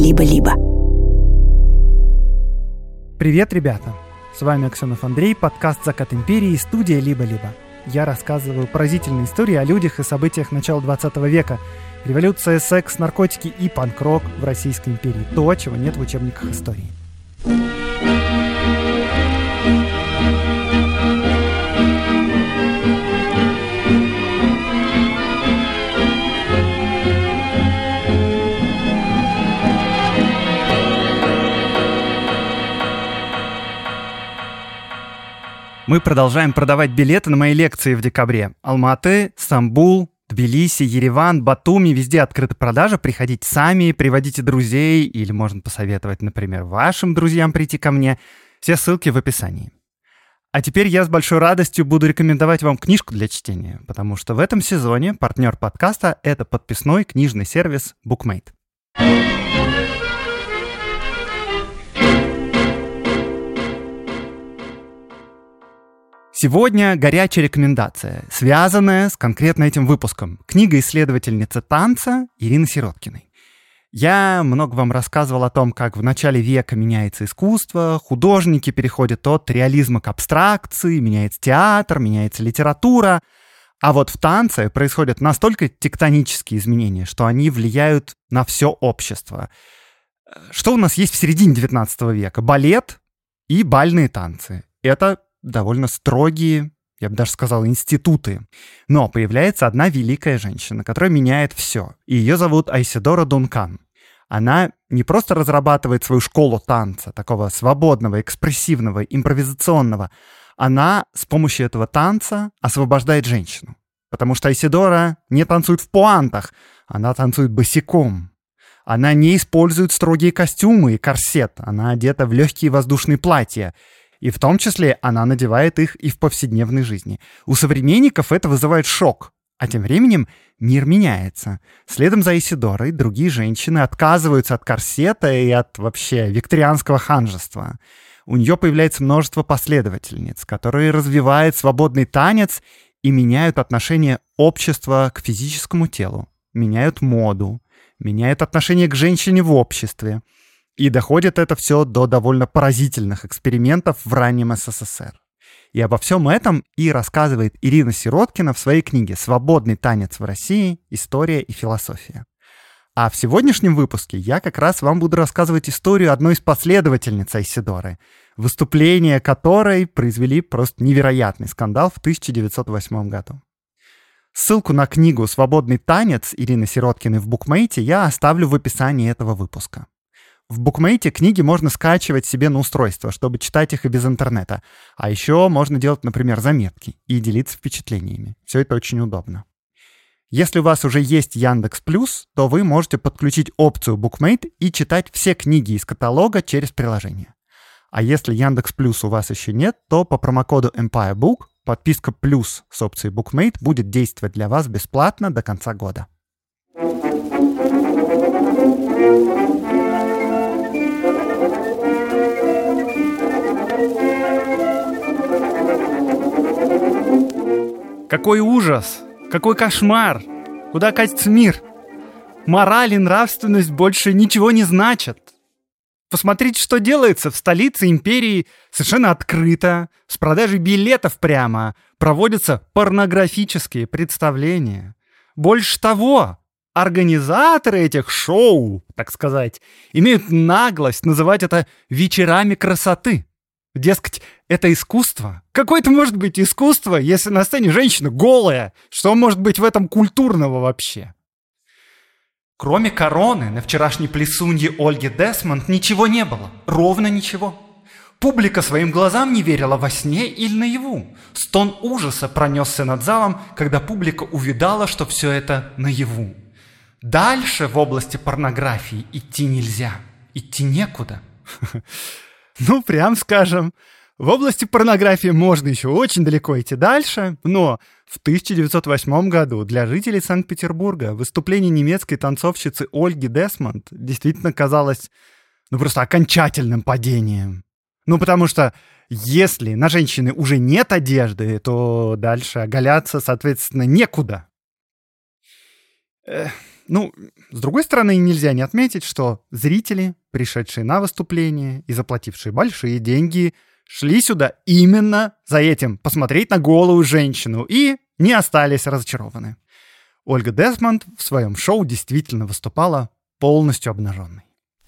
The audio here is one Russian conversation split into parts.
«Либо-либо». Привет, ребята! С вами Аксенов Андрей, подкаст «Закат империи» и студия «Либо-либо». Я рассказываю поразительные истории о людях и событиях начала 20 века. Революция, секс, наркотики и панк-рок в Российской империи. То, чего нет в учебниках истории. Мы продолжаем продавать билеты на мои лекции в декабре. Алматы, Стамбул, Тбилиси, Ереван, Батуми. Везде открыта продажа. Приходите сами, приводите друзей. Или можно посоветовать, например, вашим друзьям прийти ко мне. Все ссылки в описании. А теперь я с большой радостью буду рекомендовать вам книжку для чтения, потому что в этом сезоне партнер подкаста — это подписной книжный сервис BookMate. Сегодня горячая рекомендация, связанная с конкретно этим выпуском. Книга исследовательницы танца Ирины Сироткиной. Я много вам рассказывал о том, как в начале века меняется искусство, художники переходят от реализма к абстракции, меняется театр, меняется литература. А вот в танце происходят настолько тектонические изменения, что они влияют на все общество. Что у нас есть в середине 19 века? Балет и бальные танцы. Это довольно строгие, я бы даже сказал, институты. Но появляется одна великая женщина, которая меняет все. И ее зовут Айседора Дункан. Она не просто разрабатывает свою школу танца, такого свободного, экспрессивного, импровизационного. Она с помощью этого танца освобождает женщину. Потому что Айседора не танцует в пуантах, она танцует босиком. Она не использует строгие костюмы и корсет, она одета в легкие воздушные платья. И в том числе она надевает их и в повседневной жизни. У современников это вызывает шок. А тем временем мир меняется. Следом за Айседорой другие женщины отказываются от корсета и от вообще викторианского ханжества. У нее появляется множество последовательниц, которые развивают свободный танец и меняют отношение общества к физическому телу, меняют моду, меняют отношение к женщине в обществе. И доходит это все до довольно поразительных экспериментов в раннем СССР. И обо всем этом и рассказывает Ирина Сироткина в своей книге «Свободный танец в России. История и философия». А в сегодняшнем выпуске я как раз вам буду рассказывать историю одной из последовательниц Айседоры, выступления которой произвели просто невероятный скандал в 1908 году. Ссылку на книгу «Свободный танец» Ирины Сироткиной в BookMate я оставлю в описании этого выпуска. В BookMate книги можно скачивать себе на устройство, чтобы читать их и без интернета. А еще можно делать, например, заметки и делиться впечатлениями. Все это очень удобно. Если у вас уже есть Яндекс.Плюс, то вы можете подключить опцию BookMate и читать все книги из каталога через приложение. А если Яндекс.Плюс у вас еще нет, то по промокоду EmpireBook подписка плюс с опцией BookMate будет действовать для вас бесплатно до конца года. Какой ужас! Какой кошмар! Куда катится мир? Мораль и нравственность больше ничего не значат. Посмотрите, что делается в столице империи совершенно открыто, с продажей билетов прямо, проводятся порнографические представления. Больше того, организаторы этих шоу, так сказать, имеют наглость называть это вечерами красоты. Дескать, это искусство. Какое это может быть искусство, если на сцене женщина голая? Что может быть в этом культурного вообще? Кроме короны на вчерашней плесунье Ольги Десмонд ничего не было. Ровно ничего. Публика своим глазам не верила во сне или наяву. Стон ужаса пронесся над залом, когда публика увидала, что все это наяву. Дальше в области порнографии идти нельзя. Идти некуда. Ну, прям скажем, в области порнографии можно еще очень далеко идти дальше, но в 1908 году для жителей Санкт-Петербурга выступление немецкой танцовщицы Ольги Десмонд действительно казалось просто окончательным падением. Потому что если на женщине уже нет одежды, то дальше оголяться, соответственно, некуда. с другой стороны, нельзя не отметить, что зрители, пришедшие на выступление и заплатившие большие деньги, шли сюда именно за этим — посмотреть на голую женщину, и не остались разочарованы. Ольга Десмонд в своем шоу действительно выступала полностью обнаженной.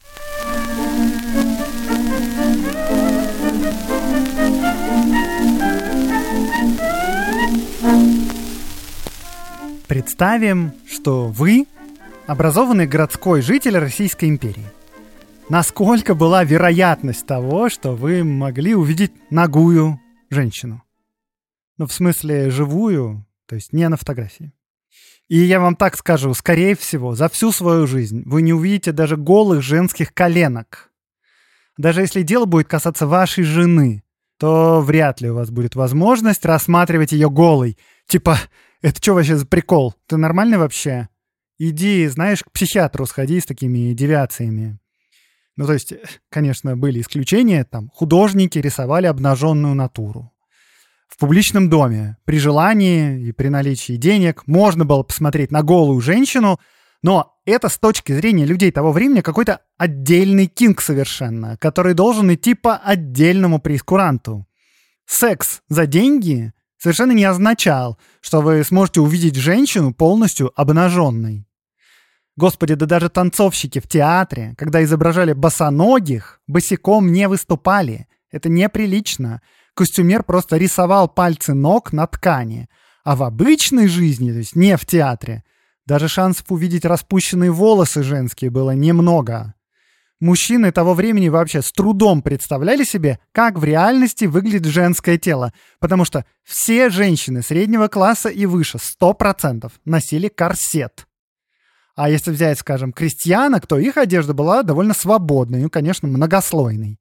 Представим, что вы образованный городской житель Российской империи. Насколько была вероятность того, что вы могли увидеть нагую женщину? В смысле, живую, то есть не на фотографии. И я вам так скажу, скорее всего, за всю свою жизнь вы не увидите даже голых женских коленок. Даже если дело будет касаться вашей жены, то вряд ли у вас будет возможность рассматривать ее голой. Типа, это что вообще за прикол? Ты нормальный вообще? Иди, знаешь, к психиатру сходи с такими девиациями. То есть, конечно, были исключения. Там художники рисовали обнаженную натуру. В публичном доме при желании и при наличии денег можно было посмотреть на голую женщину, но это с точки зрения людей того времени какой-то отдельный кинг совершенно, который должен идти по отдельному прейскуранту. Секс за деньги совершенно не означал, что вы сможете увидеть женщину полностью обнаженной. Господи, да даже танцовщики в театре, когда изображали босоногих, босиком не выступали. Это неприлично. Костюмер просто рисовал пальцы ног на ткани. А в обычной жизни, то есть не в театре, даже шансов увидеть распущенные волосы женские было немного. Мужчины того времени вообще с трудом представляли себе, как в реальности выглядит женское тело, потому что все женщины среднего класса и выше 100% носили корсет. А если взять, скажем, крестьянок, то их одежда была довольно свободной, конечно, многослойной.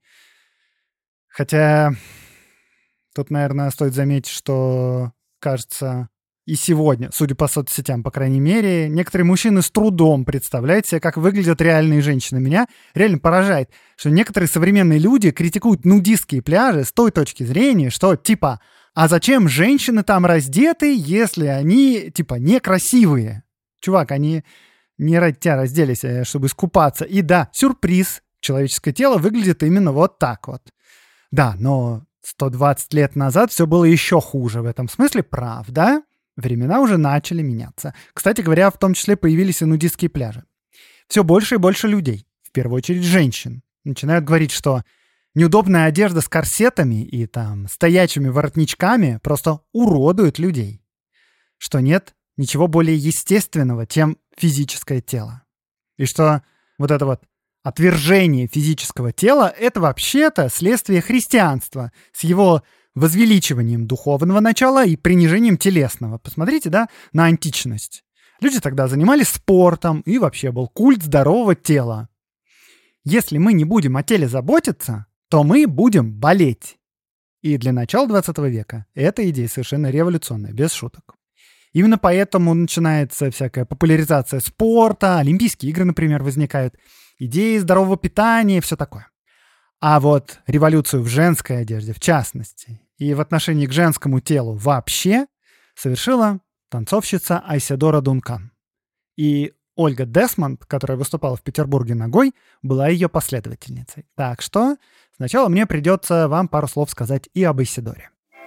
Хотя тут, наверное, стоит заметить, что, кажется, и сегодня, судя по соцсетям, по крайней мере, некоторые мужчины с трудом представляют себе, как выглядят реальные женщины. Меня реально поражает, что некоторые современные люди критикуют нудистские пляжи с той точки зрения, что типа, а зачем женщины там раздеты, если они типа некрасивые? Чувак, они не ради тебя разделись, чтобы искупаться. И да, сюрприз, человеческое тело выглядит именно вот так вот. Да, но 120 лет назад все было еще хуже в этом смысле, правда? Времена уже начали меняться. Кстати говоря, в том числе появились и нудистские пляжи. Все больше и больше людей, в первую очередь женщин, начинают говорить, что неудобная одежда с корсетами и там стоячими воротничками просто уродует людей. Что нет ничего более естественного, чем физическое тело. И что вот это вот отвержение физического тела — это вообще-то следствие христианства с его возвеличиванием духовного начала и принижением телесного. Посмотрите, да, на античность. Люди тогда занимались спортом, и вообще был культ здорового тела. Если мы не будем о теле заботиться, то мы будем болеть. И для начала 20 века эта идея совершенно революционная, без шуток. Именно поэтому начинается всякая популяризация спорта, Олимпийские игры, например, возникают, идеи здорового питания и все такое. А вот революцию в женской одежде, в частности, и в отношении к женскому телу вообще совершила танцовщица Айседора Дункан. И Ольга Десмонд, которая выступала в Петербурге ногой, была ее последовательницей. Так что сначала мне придется вам пару слов сказать и об Айседоре.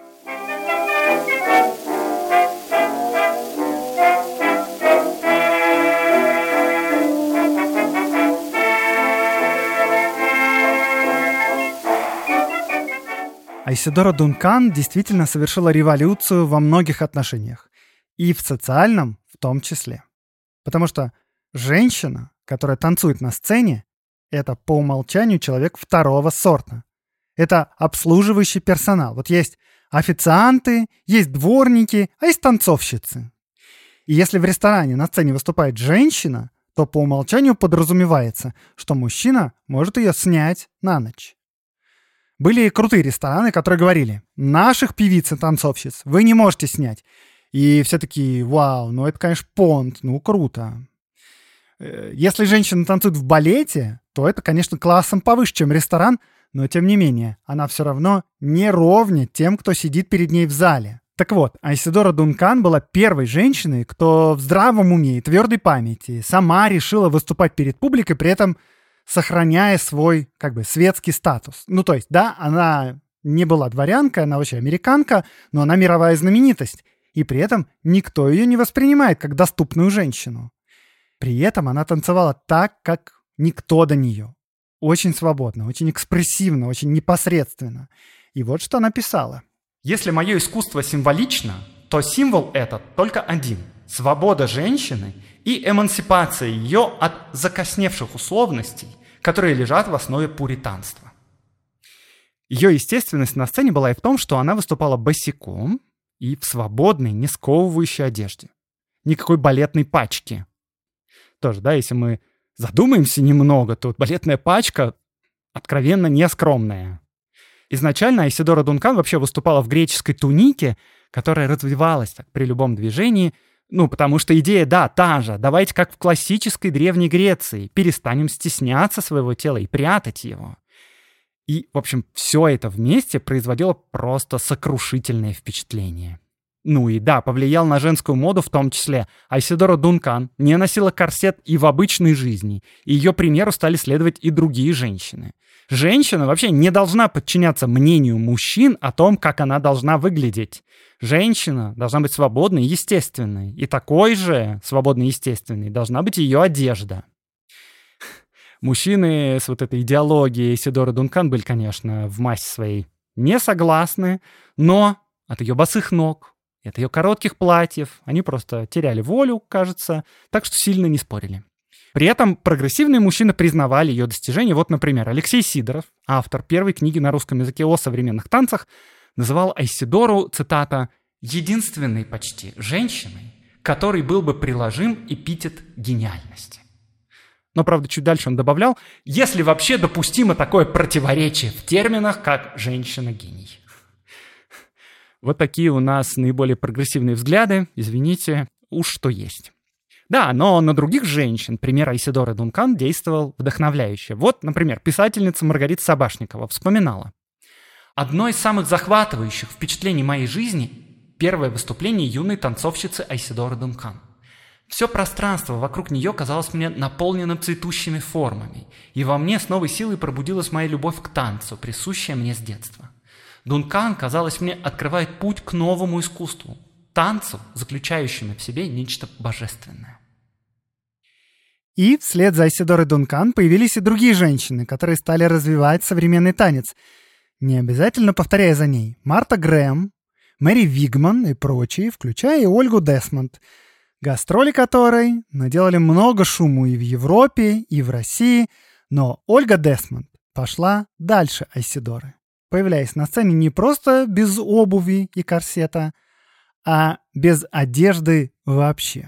Айседора Дункан действительно совершила революцию во многих отношениях. И в социальном в том числе. Потому что женщина, которая танцует на сцене, это по умолчанию человек второго сорта. Это обслуживающий персонал. Вот есть официанты, есть дворники, а есть танцовщицы. И если в ресторане на сцене выступает женщина, то по умолчанию подразумевается, что мужчина может ее снять на ночь. Были крутые рестораны, которые говорили: наших певиц и танцовщиц вы не можете снять. И все такие: вау, ну это, конечно, понт, ну круто. Если женщина танцует в балете, то это, конечно, классом повыше, чем ресторан, но тем не менее, она все равно не ровня тем, кто сидит перед ней в зале. Так вот, Айседора Дункан была первой женщиной, кто в здравом уме и твердой памяти сама решила выступать перед публикой, при этом сохраняя свой, светский статус. То есть, да, она не была дворянкой, она вообще американка, но она мировая знаменитость. И при этом никто ее не воспринимает как доступную женщину. При этом она танцевала так, как никто до нее. Очень свободно, очень экспрессивно, очень непосредственно. И вот что она писала. «Если мое искусство символично, то символ этот только один – свобода женщины и эмансипация ее от закосневших условностей, которые лежат в основе пуританства». Ее естественность на сцене была и в том, что она выступала босиком и в свободной, не сковывающей одежде. Никакой балетной пачки. Тоже, да, если мы задумаемся немного, то балетная пачка откровенно нескромная. Изначально Айседора Дункан вообще выступала в греческой тунике, которая развивалась так при любом движении, потому что идея, да, та же. Давайте, как в классической Древней Греции, перестанем стесняться своего тела и прятать его. И, в общем, все это вместе производило просто сокрушительное впечатление. И да, повлиял на женскую моду в том числе. Айседора Дункан не носила корсет и в обычной жизни, и ее примеру стали следовать и другие женщины. Женщина вообще не должна подчиняться мнению мужчин о том, как она должна выглядеть. Женщина должна быть свободной и естественной, и такой же свободной и естественной должна быть ее одежда. Мужчины с вот этой идеологией Айседоры Дункан были, конечно, в массе своей не согласны, но от ее босых ног, от ее коротких платьев они просто теряли волю, кажется, так что сильно не спорили. При этом прогрессивные мужчины признавали ее достижения. Вот, например, Алексей Сидоров, автор первой книги на русском языке о современных танцах, называл Айседору, цитата, «единственной почти женщиной, которой был бы приложим эпитет гениальности». Но, правда, чуть дальше он добавлял, если вообще допустимо такое противоречие в терминах, как «женщина-гений». Вот такие у нас наиболее прогрессивные взгляды, извините, уж что есть. Да, но на других женщин пример Айседоры Дункан действовал вдохновляюще. Вот, например, писательница Маргарита Сабашникова вспоминала. «Одно из самых захватывающих впечатлений моей жизни – первое выступление юной танцовщицы Айседоры Дункан. Все пространство вокруг нее казалось мне наполненным цветущими формами, и во мне с новой силой пробудилась моя любовь к танцу, присущая мне с детства. Дункан, казалось мне, открывает путь к новому искусству, танцу, заключающему в себе нечто божественное». И вслед за Айседорой Дункан появились и другие женщины, которые стали развивать современный танец, не обязательно повторяя за ней. Марта Грэм, Мэри Вигман и прочие, включая и Ольгу Десмонд, гастроли которой наделали много шуму и в Европе, и в России, но Ольга Десмонд пошла дальше Айседоры, появляясь на сцене не просто без обуви и корсета, а без одежды вообще.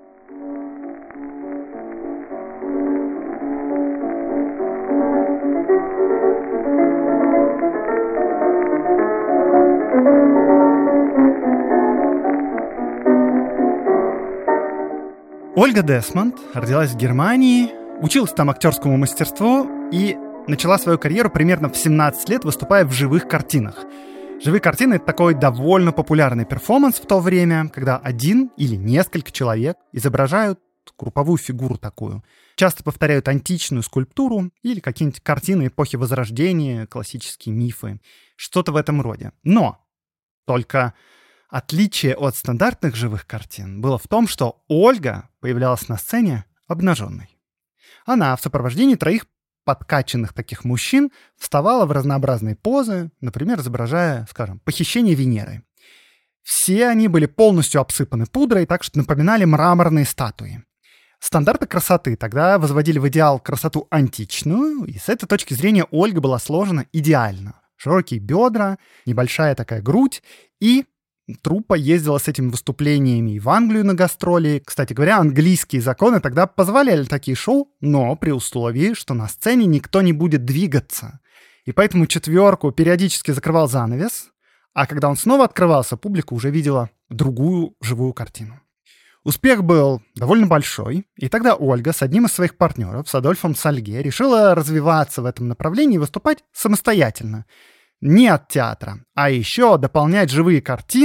Ольга Десмонд родилась в Германии, училась там актерскому мастерству и начала свою карьеру примерно в 17 лет, выступая в живых картинах. Живые картины — это такой довольно популярный перформанс в то время, когда один или несколько человек изображают групповую фигуру такую. Часто повторяют античную скульптуру или какие-нибудь картины эпохи Возрождения, классические мифы, что-то в этом роде. Но только отличие от стандартных живых картин было в том, что Ольга появлялась на сцене обнаженной. Она в сопровождении 3 подкачанных таких мужчин вставала в разнообразные позы, например, изображая, скажем, похищение Венеры. Все они были полностью обсыпаны пудрой, так что напоминали мраморные статуи. Стандарты красоты тогда возводили в идеал красоту античную, и с этой точки зрения Ольга была сложена идеально. Широкие бедра, небольшая такая грудь, и труппа ездила с этими выступлениями и в Англию на гастроли. Кстати говоря, английские законы тогда позволяли такие шоу, но при условии, что на сцене никто не будет двигаться. И поэтому 4 периодически закрывал занавес, а когда он снова открывался, публика уже видела другую живую картину. Успех был довольно большой, и тогда Ольга с одним из своих партнеров, с Адольфом Сальге, решила развиваться в этом направлении и выступать самостоятельно. Не от театра, а еще дополнять живые картины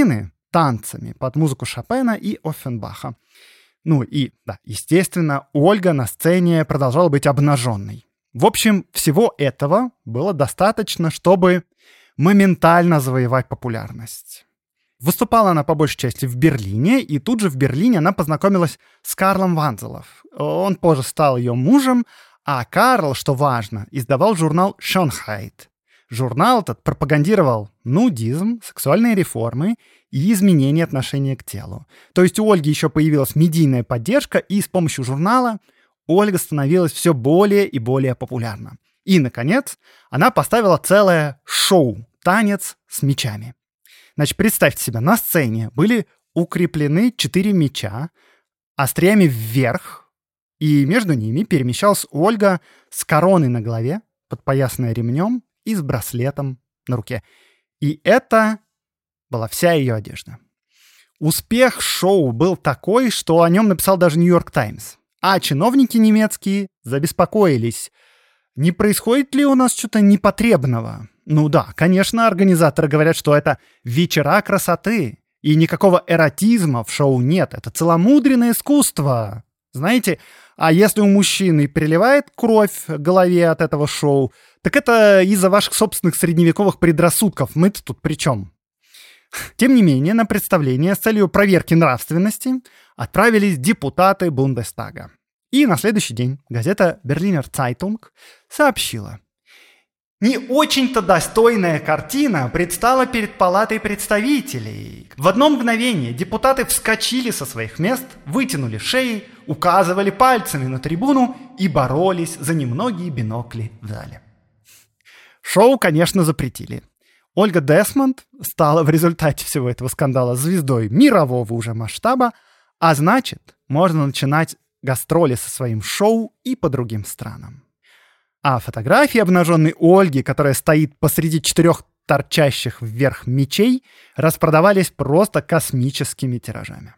танцами под музыку Шопена и Оффенбаха. Ну и, да, естественно, Ольга на сцене продолжала быть обнаженной. В общем, всего этого было достаточно, чтобы моментально завоевать популярность. Выступала она по большей части в Берлине, и тут же в Берлине она познакомилась с Карлом Ванзелов. Он позже стал ее мужем, а Карл, что важно, издавал журнал «Schönheit». Журнал этот пропагандировал нудизм, сексуальные реформы и изменение отношения к телу. То есть у Ольги еще появилась медийная поддержка, и с помощью журнала Ольга становилась все более и более популярна. И, наконец, она поставила целое шоу «Танец с мечами». Значит, представьте себе, на сцене были укреплены 4 меча остриями вверх, и между ними перемещалась Ольга с короной на голове, подпоясанная ремнем, и с браслетом на руке. И это была вся ее одежда. Успех шоу был такой, что о нем написал даже «Нью-Йорк Таймс». А чиновники немецкие забеспокоились. Не происходит ли у нас что-то непотребного? Ну да, конечно, организаторы говорят, что это вечера красоты, и никакого эротизма в шоу нет. Это целомудренное искусство. Знаете, а если у мужчины приливает кровь к голове от этого шоу, так это из-за ваших собственных средневековых предрассудков. Мы-то тут при чем? Тем не менее, на представление с целью проверки нравственности отправились депутаты Бундестага. И на следующий день газета «Берлинер Zeitung» сообщила: не очень-то достойная картина предстала перед палатой представителей. В одно мгновение депутаты вскочили со своих мест, вытянули шеи, указывали пальцами на трибуну и боролись за немногие бинокли в зале. Шоу, конечно, запретили. Ольга Десмонд стала в результате всего этого скандала звездой мирового уже масштаба, а значит, можно начинать гастроли со своим шоу и по другим странам. А фотографии обнаженной Ольги, которая стоит посреди 4 торчащих вверх мечей, распродавались просто космическими тиражами.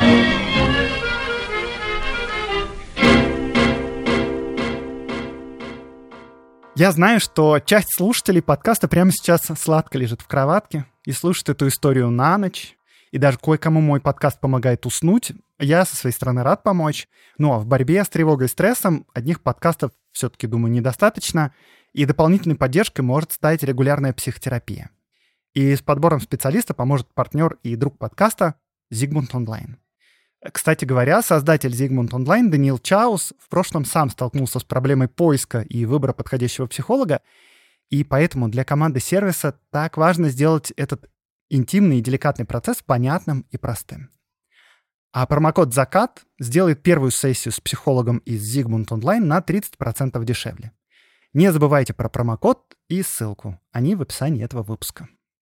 Я знаю, что часть слушателей подкаста прямо сейчас сладко лежит в кроватке и слушает эту историю на ночь. И даже кое-кому мой подкаст помогает уснуть. Я со своей стороны рад помочь. Ну а в борьбе с тревогой и стрессом одних подкастов все-таки, думаю, недостаточно. И дополнительной поддержкой может стать регулярная психотерапия. И с подбором специалиста поможет партнер и друг подкаста Zigmund Online. Кстати говоря, создатель Zigmund Online Даниил Чаус в прошлом сам столкнулся с проблемой поиска и выбора подходящего психолога, и поэтому для команды сервиса так важно сделать этот интимный и деликатный процесс понятным и простым. А промокод «Закат» сделает первую сессию с психологом из Zigmund Online на 30% дешевле. Не забывайте про промокод и ссылку. Они в описании этого выпуска.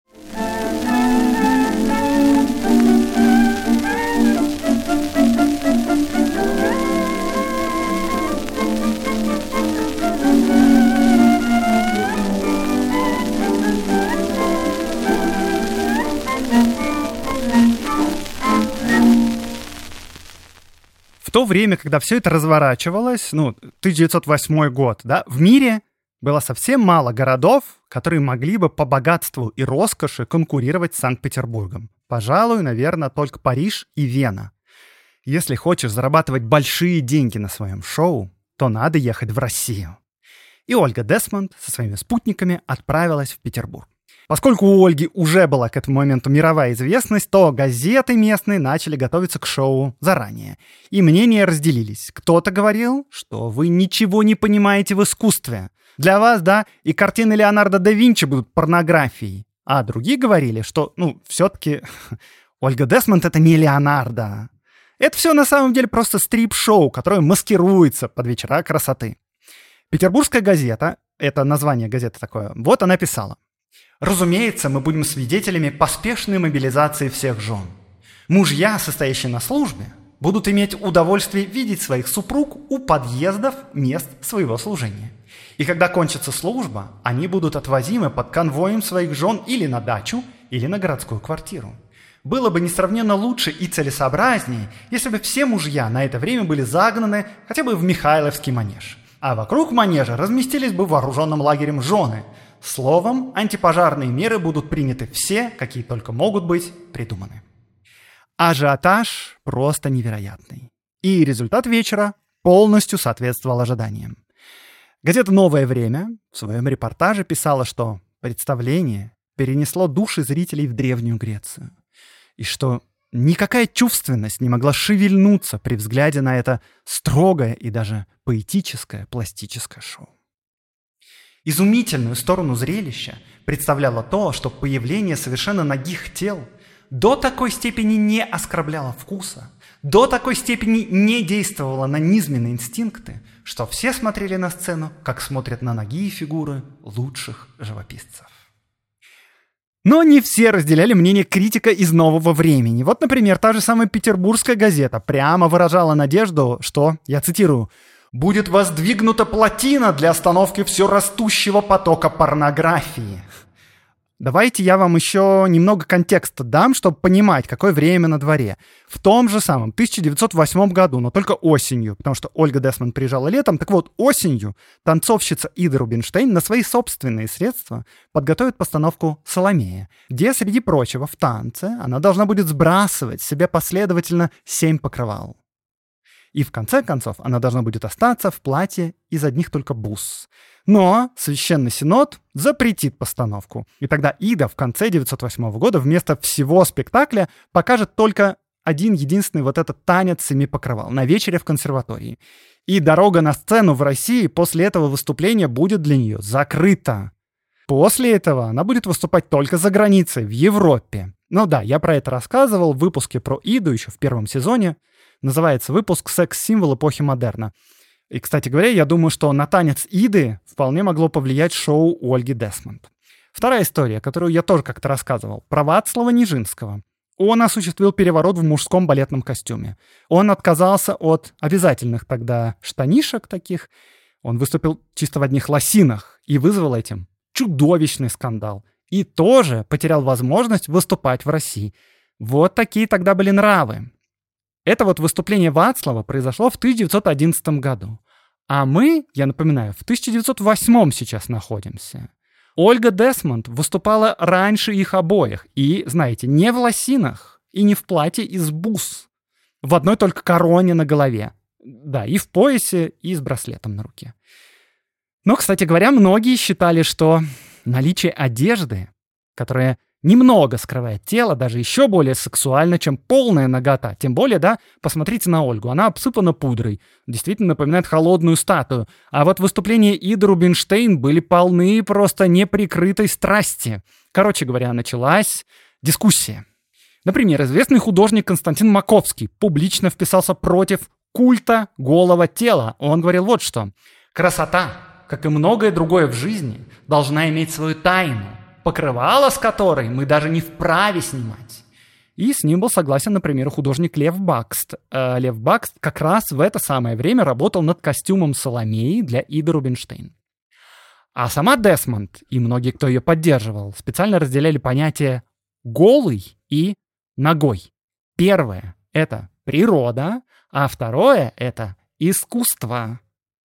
В то время, когда все это разворачивалось, 1908 год, да, в мире было совсем мало городов, которые могли бы по богатству и роскоши конкурировать с Санкт-Петербургом. Пожалуй, наверное, только Париж и Вена. Если хочешь зарабатывать большие деньги на своем шоу, то надо ехать в Россию. И Ольга Десмонд со своими спутниками отправилась в Петербург. Поскольку у Ольги уже была к этому моменту мировая известность, то газеты местные начали готовиться к шоу заранее. И мнения разделились. Кто-то говорил, что вы ничего не понимаете в искусстве. Для вас, да, и картины Леонардо да Винчи будут порнографией. А другие говорили, что, все-таки Ольга Десмонд — это не Леонардо. Это все на самом деле просто стрип-шоу, которое маскируется под вечера красоты. Петербургская газета, это название газеты такое, вот она писала: разумеется, мы будем свидетелями поспешной мобилизации всех жен. Мужья, состоящие на службе, будут иметь удовольствие видеть своих супруг у подъездов мест своего служения. И когда кончится служба, они будут отвозимы под конвоем своих жен или на дачу, или на городскую квартиру. Было бы несравненно лучше и целесообразнее, если бы все мужья на это время были загнаны хотя бы в Михайловский манеж, а вокруг манежа разместились бы вооруженным лагерем жены. Словом, антипожарные меры будут приняты все, какие только могут быть придуманы. Ажиотаж просто невероятный. И результат вечера полностью соответствовал ожиданиям. Газета «Новое время» в своем репортаже писала, что представление перенесло души зрителей в Древнюю Грецию. И что никакая чувственность не могла шевельнуться при взгляде на это строгое и даже поэтическое пластическое шоу. Изумительную сторону зрелища представляло то, что появление совершенно нагих тел до такой степени не оскорбляло вкуса, до такой степени не действовало на низменные инстинкты, что все смотрели на сцену, как смотрят на нагие фигуры лучших живописцев. Но не все разделяли мнение критика из нового времени. Вот, например, та же самая петербургская газета прямо выражала надежду, что, я цитирую, «будет воздвигнута плотина для остановки все растущего потока порнографии». Давайте я вам еще немного контекста дам, чтобы понимать, какое время на дворе. В том же самом 1908 году, но только осенью, потому что Ольга Десмонд приезжала летом, так вот, осенью танцовщица Ида Рубинштейн на свои собственные средства подготовит постановку «Соломея», где, среди прочего, в танце она должна будет сбрасывать с себя последовательно 7 покрывал. И в конце концов она должна будет остаться в платье из одних только бус. Но Священный Синод запретит постановку. И тогда Ида в конце 1908 года вместо всего спектакля покажет только один единственный вот этот танец 7 покрывал на вечере в консерватории. И дорога на сцену в России после этого выступления будет для нее закрыта. После этого она будет выступать только за границей, в Европе. Ну да, я про это рассказывал в выпуске про Иду еще в 1 сезоне. Называется выпуск «Секс-символ эпохи модерна». И, кстати говоря, я думаю, что на танец Иды вполне могло повлиять шоу Ольги Десмонд. Вторая история, которую я тоже как-то рассказывал, про Вацлава Нижинского. Он осуществил переворот в мужском балетном костюме. Он отказался от обязательных тогда штанишек таких. Он выступил чисто в одних лосинах и вызвал этим чудовищный скандал. И тоже потерял возможность выступать в России. Вот такие тогда были нравы. Это вот выступление Вацлава произошло в 1911 году. А мы, я напоминаю, в 1908 сейчас находимся. Ольга Десмонд выступала раньше их обоих. И, знаете, не в лосинах и не в платье из бус. В одной только короне на голове. Да, и в поясе, и с браслетом на руке. Но, кстати говоря, многие считали, что наличие одежды, которая немного скрывает тело, даже еще более сексуально, чем полная нагота. Тем более, да, посмотрите на Ольгу. Она обсыпана пудрой. Действительно напоминает холодную статую. А вот выступления Иды Рубинштейн были полны просто неприкрытой страсти. Короче говоря, началась дискуссия. Например, известный художник Константин Маковский публично вписался против культа голого тела. Он говорил вот что. «Красота, как и многое другое в жизни, должна иметь свою тайну, покрывало с которой мы даже не вправе снимать». И с ним был согласен, например, художник Лев Бакст. Лев Бакст как раз в это самое время работал над костюмом Соломеи для Иды Рубинштейн. А сама Десмонд и многие, кто ее поддерживал, специально разделяли понятия «голый» и «ногой». Первое — это природа, а второе — это искусство.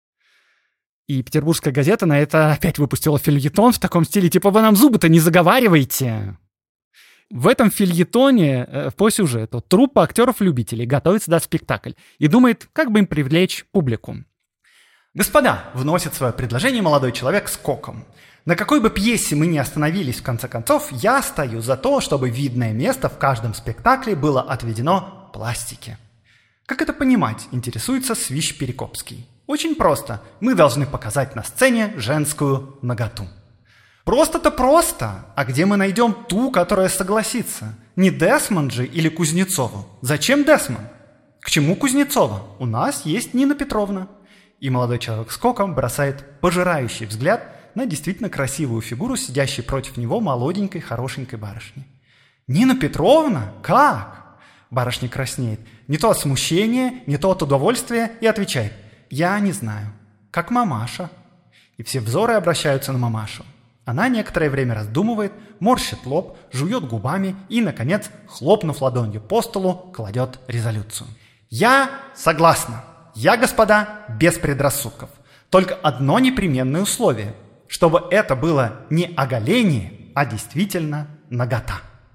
И петербургская газета на это опять выпустила фельетон в таком стиле, типа «Вы нам зубы-то не заговаривайте». В этом фельетоне по сюжету труппа актеров-любителей готовится дать спектакль и думает, как бы им привлечь публику. «Господа», — вносит свое предложение молодой человек с коком, «на какой бы пьесе мы ни остановились, в конце концов, я стою за то, чтобы видное место в каждом спектакле было отведено пластике». «Как это понимать?» — интересуется Свищ Перекопский. Очень просто. Мы должны показать на сцене женскую наготу. Просто-то просто. А где мы найдем ту, которая согласится? Не Десмонд же или Кузнецову? Зачем Десмонд? К чему Кузнецова? У нас есть Нина Петровна. И молодой человек с коком бросает пожирающий взгляд на действительно красивую фигуру, сидящей против него молоденькой, хорошенькой барышни. Нина Петровна? Как? Барышня краснеет. Не то от смущения, не то от удовольствия и отвечает: «Я не знаю. Как мамаша». И все взоры обращаются на мамашу. Она некоторое время раздумывает, морщит лоб, жует губами и, наконец, хлопнув ладонью по столу, кладет резолюцию. «Я согласна. Я, господа, без предрассудков. Только одно непременное условие, чтобы это было не оголение, а действительно нагота».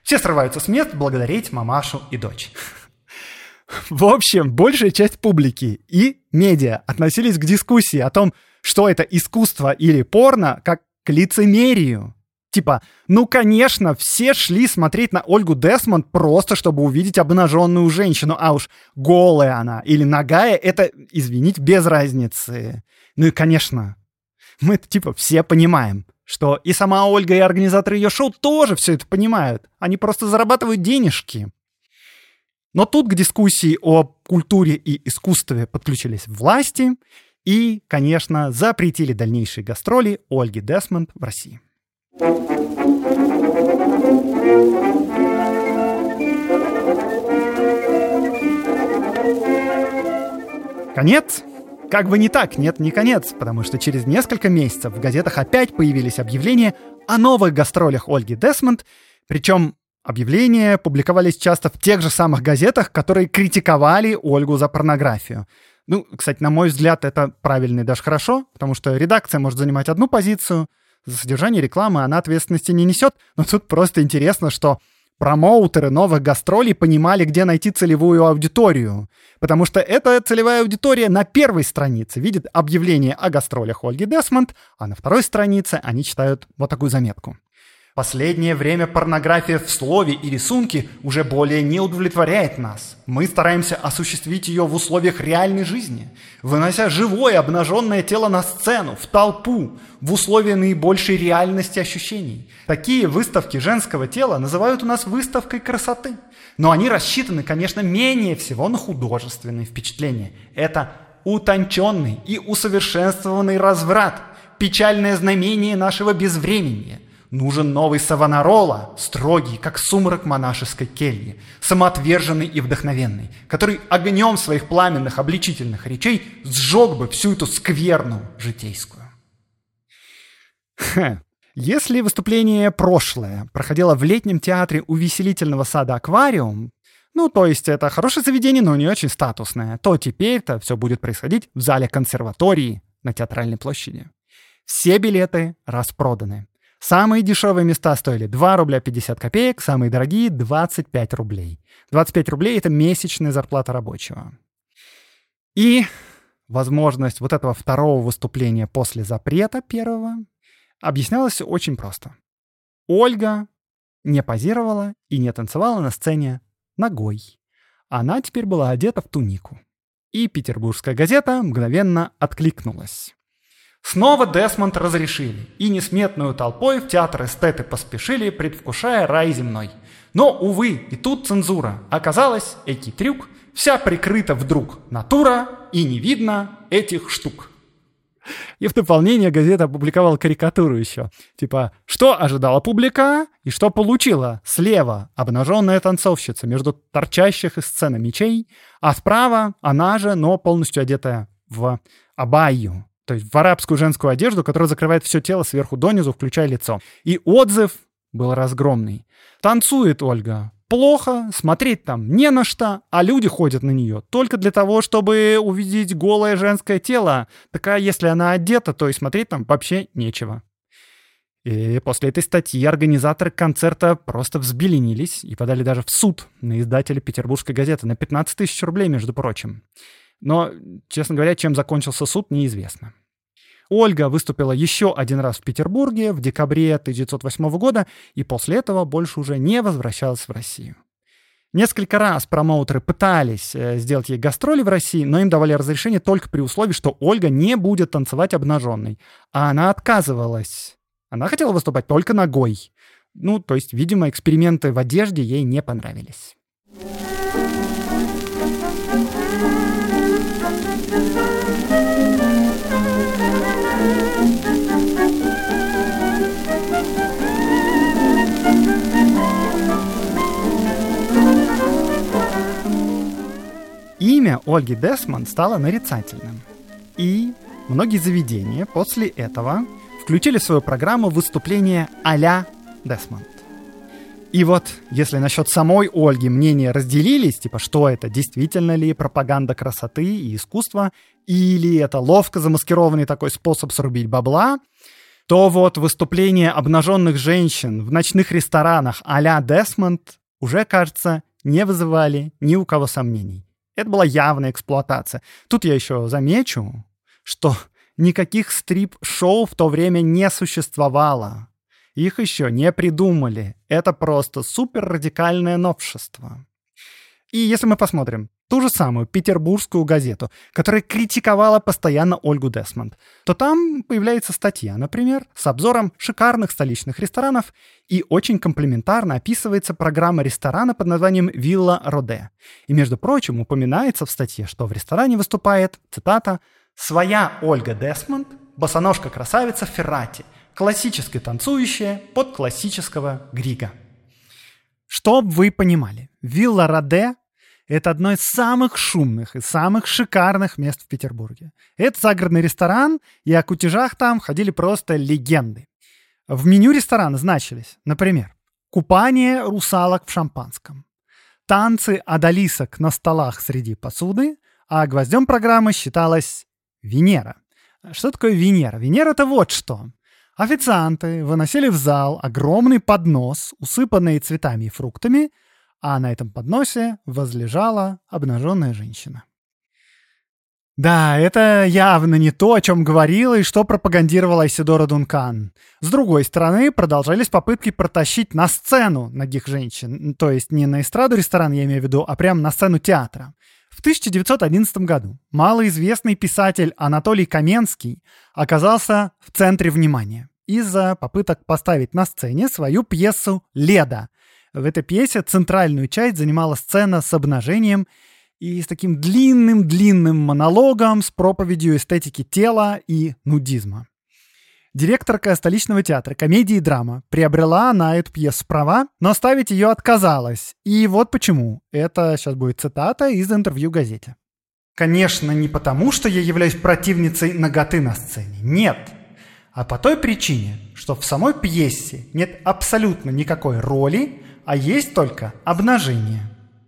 Все срываются с мест благодарить мамашу и дочь. В общем, большая часть публики и медиа относились к дискуссии о том, что это искусство или порно, как к лицемерию. Типа, ну, конечно, все шли смотреть на Ольгу Десмонд просто, чтобы увидеть обнаженную женщину, а уж голая она или нагая, это, извините, без разницы. Ну и, конечно, мы типа все понимаем, что и сама Ольга, и организаторы ее шоу тоже все это понимают. Они просто зарабатывают денежки. Но тут к дискуссии о культуре и искусстве подключились власти и, конечно, запретили дальнейшие гастроли Ольги Десмонд в России. Конец? Как бы не так, нет, не конец, потому что через несколько месяцев в газетах опять появились объявления о новых гастролях Ольги Десмонд, причем объявления публиковались часто в тех же самых газетах, которые критиковали Ольгу за порнографию. Ну, кстати, на мой взгляд, это правильно и даже хорошо, потому что редакция может занимать одну позицию, за содержание рекламы она ответственности не несет, но тут просто интересно, что промоутеры новых гастролей понимали, где найти целевую аудиторию, потому что эта целевая аудитория на первой странице видит объявление о гастролях Ольги Десмонд, а на второй странице они читают вот такую заметку. Последнее время порнография в слове и рисунке уже более не удовлетворяет нас. Мы стараемся осуществить ее в условиях реальной жизни, вынося живое обнаженное тело на сцену, в толпу, в условия наибольшей реальности ощущений. Такие выставки женского тела называют у нас выставкой красоты. Но они рассчитаны, конечно, менее всего на художественные впечатления. Это утонченный и усовершенствованный разврат, печальное знамение нашего безвременья. Нужен новый Савонарола, строгий, как сумрак монашеской кельи, самоотверженный и вдохновенный, который огнем своих пламенных обличительных речей сжег бы всю эту скверну житейскую. Если выступление прошлое проходило в летнем театре увеселительного сада «Аквариум», ну, то есть это хорошее заведение, но не очень статусное, то теперь-то все будет происходить в зале консерватории на Театральной площади. Все билеты распроданы. Самые дешевые места стоили 2 рубля 50 копеек, самые дорогие — 25 рублей. 25 рублей — это месячная зарплата рабочего. И возможность вот этого второго выступления после запрета первого объяснялась очень просто. Ольга не позировала и не танцевала на сцене ногой. Она теперь была одета в тунику. И петербургская газета мгновенно откликнулась. Снова Десмонд разрешили, и несметную толпой в театр эстеты поспешили, предвкушая рай земной. Но, увы, и тут цензура. Оказалось, экий трюк, вся прикрыта вдруг натура, и не видно этих штук. И в дополнение газета опубликовала карикатуру еще. Типа, что ожидала публика и что получила? Слева обнаженная танцовщица между торчащих из сцены мечей, а справа она же, но полностью одетая в абайю. То есть в арабскую женскую одежду, которая закрывает все тело сверху донизу, включая лицо. И отзыв был разгромный. Танцует Ольга плохо, смотреть там не на что, а люди ходят на нее только для того, чтобы увидеть голое женское тело. Так а если она одета, то и смотреть там вообще нечего. И после этой статьи организаторы концерта просто взбеленились и подали даже в суд на издателя Петербургской газеты на 15 тысяч рублей, между прочим. Но, честно говоря, чем закончился суд, неизвестно. Ольга выступила еще один раз в Петербурге в декабре 1908 года и после этого больше уже не возвращалась в Россию. Несколько раз промоутеры пытались сделать ей гастроли в России, но им давали разрешение только при условии, что Ольга не будет танцевать обнаженной. А она отказывалась. Она хотела выступать только ногой. Ну, то есть, видимо, эксперименты в одежде ей не понравились. Имя Ольги Десмонд стало нарицательным. И многие заведения после этого включили в свою программу выступления а-ля Десмонд. И вот, если насчет самой Ольги мнения разделились, типа, что это, действительно ли пропаганда красоты и искусства, или это ловко замаскированный такой способ срубить бабла, то вот выступления обнаженных женщин в ночных ресторанах а-ля Десмонд уже, кажется, не вызывали ни у кого сомнений. Это была явная эксплуатация. Тут я еще замечу, что никаких стрип-шоу в то время не существовало. Их еще не придумали. Это просто суперрадикальное новшество. И если мы посмотрим ту же самую петербургскую газету, которая критиковала постоянно Ольгу Десмонд, то там появляется статья, например, с обзором шикарных столичных ресторанов, и очень комплиментарно описывается программа ресторана под названием «Вилла Роде». И, между прочим, упоминается в статье, что в ресторане выступает, цитата, «своя Ольга Десмонд, босоножка-красавица Феррати, классически танцующая под классического Грига». Чтоб вы понимали, «Вилла Роде» — это одно из самых шумных и самых шикарных мест в Петербурге. Это загородный ресторан, и о кутежах там ходили просто легенды. В меню ресторана значились, например, купание русалок в шампанском, танцы одолисок на столах среди посуды, а гвоздем программы считалась Венера. Что такое Венера? Венера — это вот что. Официанты выносили в зал огромный поднос, усыпанный цветами и фруктами, а на этом подносе возлежала обнаженная женщина. Да, это явно не то, о чем говорила и что пропагандировала Айседора Дункан. С другой стороны, продолжались попытки протащить на сцену нагих женщин, то есть не на эстраду ресторана, я имею в виду, а прямо на сцену театра. В 1911 году малоизвестный писатель Анатолий Каменский оказался в центре внимания из-за попыток поставить на сцене свою пьесу «Леда». В этой пьесе центральную часть занимала сцена с обнажением и с таким длинным-длинным монологом с проповедью эстетики тела и нудизма. Директорка столичного театра комедии и драма приобрела на эту пьесу права, но ставить ее отказалась. И вот почему. Это сейчас будет цитата из интервью газете. «Конечно, не потому, что я являюсь противницей наготы на сцене. Нет. А по той причине, что в самой пьесе нет абсолютно никакой роли, а есть только обнажение».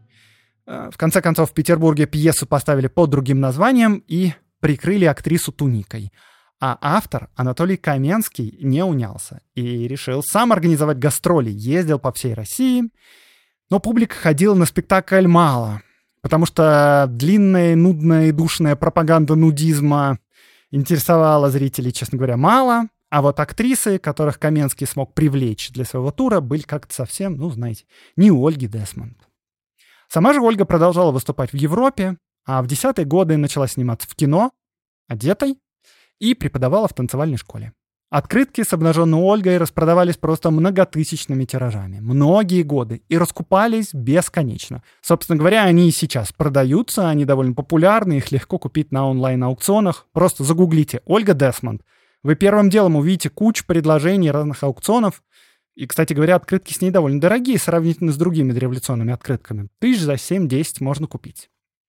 В конце концов, в Петербурге пьесу поставили под другим названием и прикрыли актрису туникой. А автор Анатолий Каменский не унялся и решил сам организовать гастроли, ездил по всей России. Но публика ходила на спектакль мало, потому что длинная, нудная и душная пропаганда нудизма интересовала зрителей, честно говоря, мало. А вот актрисы, которых Каменский смог привлечь для своего тура, были как-то совсем, знаете, не Ольги Десмонд. Сама же Ольга продолжала выступать в Европе, а в 10-е годы начала сниматься в кино, одетой, и преподавала в танцевальной школе. Открытки с обнаженной Ольгой распродавались просто многотысячными тиражами. Многие годы. И раскупались бесконечно. Собственно говоря, они и сейчас продаются, они довольно популярны, их легко купить на онлайн-аукционах. Просто загуглите «Ольга Десмонд». Вы первым делом увидите кучу предложений разных аукционов. И, кстати говоря, открытки с ней довольно дорогие, сравнительно с другими дореволюционными открытками. 7-10 можно купить.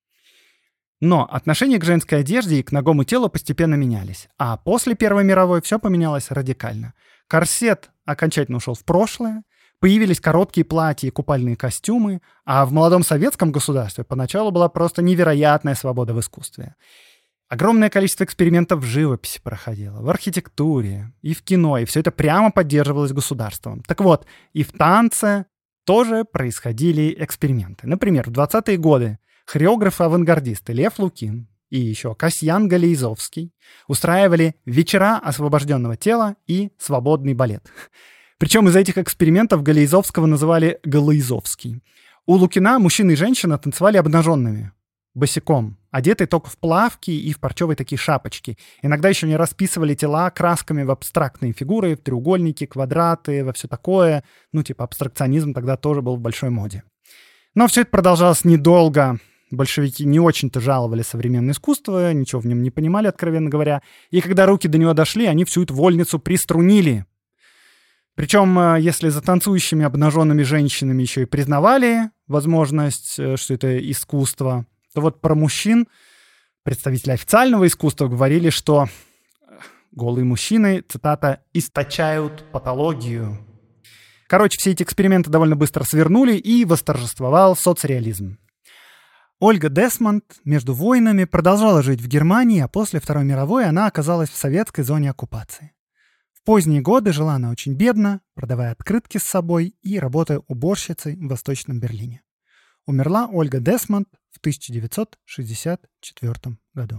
Но отношение к женской одежде и к нагому телу постепенно менялись. А после Первой мировой все поменялось радикально. Корсет окончательно ушел в прошлое, появились короткие платья и купальные костюмы, а в молодом советском государстве поначалу была просто невероятная свобода в искусстве. Огромное количество экспериментов в живописи проходило, в архитектуре и в кино, и все это прямо поддерживалось государством. Так вот, и в танце тоже происходили эксперименты. Например, в 20-е годы хореографы-авангардисты Лев Лукин и еще Касьян Галеизовский устраивали вечера освобожденного тела и свободный балет. Причем из этих экспериментов Галеизовского называли Галеизовский. У Лукина мужчина и женщина танцевали обнаженными, босиком, одетые только в плавки и в парчевые такие шапочки. Иногда еще не расписывали тела красками в абстрактные фигуры, в треугольники, квадраты, во все такое. Абстракционизм тогда тоже был в большой моде. Но все это продолжалось недолго. Большевики не очень-то жаловали современное искусство, ничего в нем не понимали, откровенно говоря. И когда руки до него дошли, они всю эту вольницу приструнили. Причем, если за танцующими обнаженными женщинами еще и признавали возможность, что это искусство, то вот про мужчин представители официального искусства говорили, что голые мужчины, цитата, «источают патологию». Короче, все эти эксперименты довольно быстро свернули, и восторжествовал соцреализм. Ольга Десмонд между войнами продолжала жить в Германии, а после Второй мировой она оказалась в советской зоне оккупации. В поздние годы жила она очень бедно, продавая открытки с собой и работая уборщицей в Восточном Берлине. Умерла Ольга Десмонд в 1964 году.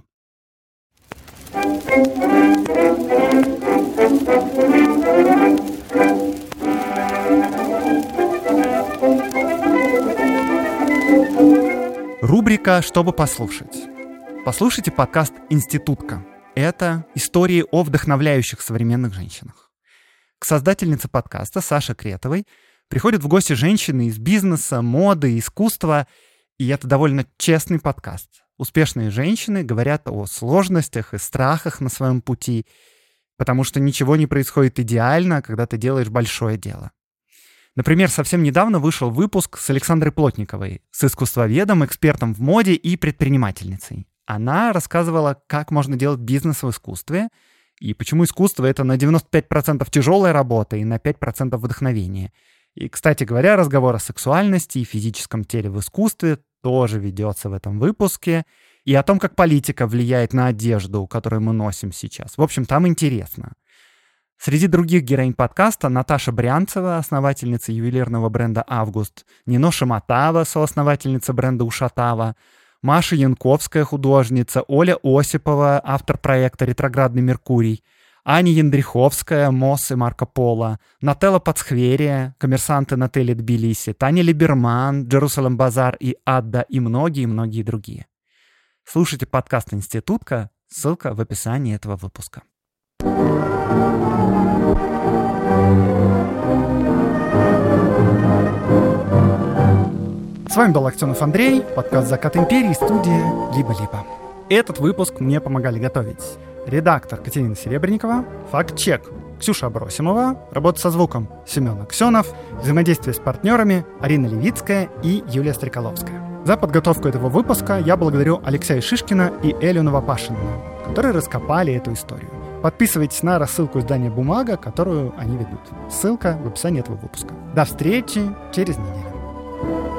Рубрика «Чтобы послушать». Послушайте подкаст «Институтка». Это истории о вдохновляющих современных женщинах. К создательнице подкаста Саше Кретовой приходят в гости женщины из бизнеса, моды, искусства, и это довольно честный подкаст. Успешные женщины говорят о сложностях и страхах на своем пути, потому что ничего не происходит идеально, когда ты делаешь большое дело. Например, совсем недавно вышел выпуск с Александрой Плотниковой, с искусствоведом, экспертом в моде и предпринимательницей. Она рассказывала, как можно делать бизнес в искусстве, и почему искусство — это на 95% тяжелая работа и на 5% вдохновения. И, кстати говоря, разговор о сексуальности и физическом теле в искусстве тоже ведется в этом выпуске, и о том, как политика влияет на одежду, которую мы носим сейчас. В общем, там интересно. Среди других героинь подкаста Наташа Брянцева, основательница ювелирного бренда «Август», Нино Шаматава, соосновательница бренда «Ушатава», Маша Янковская, художница, Оля Осипова, автор проекта «Ретроградный Меркурий», Аня Яндриховская, МОС и Марко Поло, Нателла Пацхверия, коммерсанты Нателли Тбилиси, Таня Либерман, Джерусалем Базар и Адда и многие-многие другие. Слушайте подкаст «Институтка», ссылка в описании этого выпуска. С вами был Актенов Андрей, подкаст «Закат империи», студия «Либо-либо». Этот выпуск мне помогали готовить редактор Катерина Серебренникова, факт-чек Ксюша Абросимова, работа со звуком Семен Аксенов, взаимодействие с партнерами Арина Левицкая и Юлия Стреколовская. За подготовку этого выпуска я благодарю Алексея Шишкина и Элю Новопашину, которые раскопали эту историю. Подписывайтесь на рассылку издания «Бумага», которую они ведут. Ссылка в описании этого выпуска. До встречи через неделю.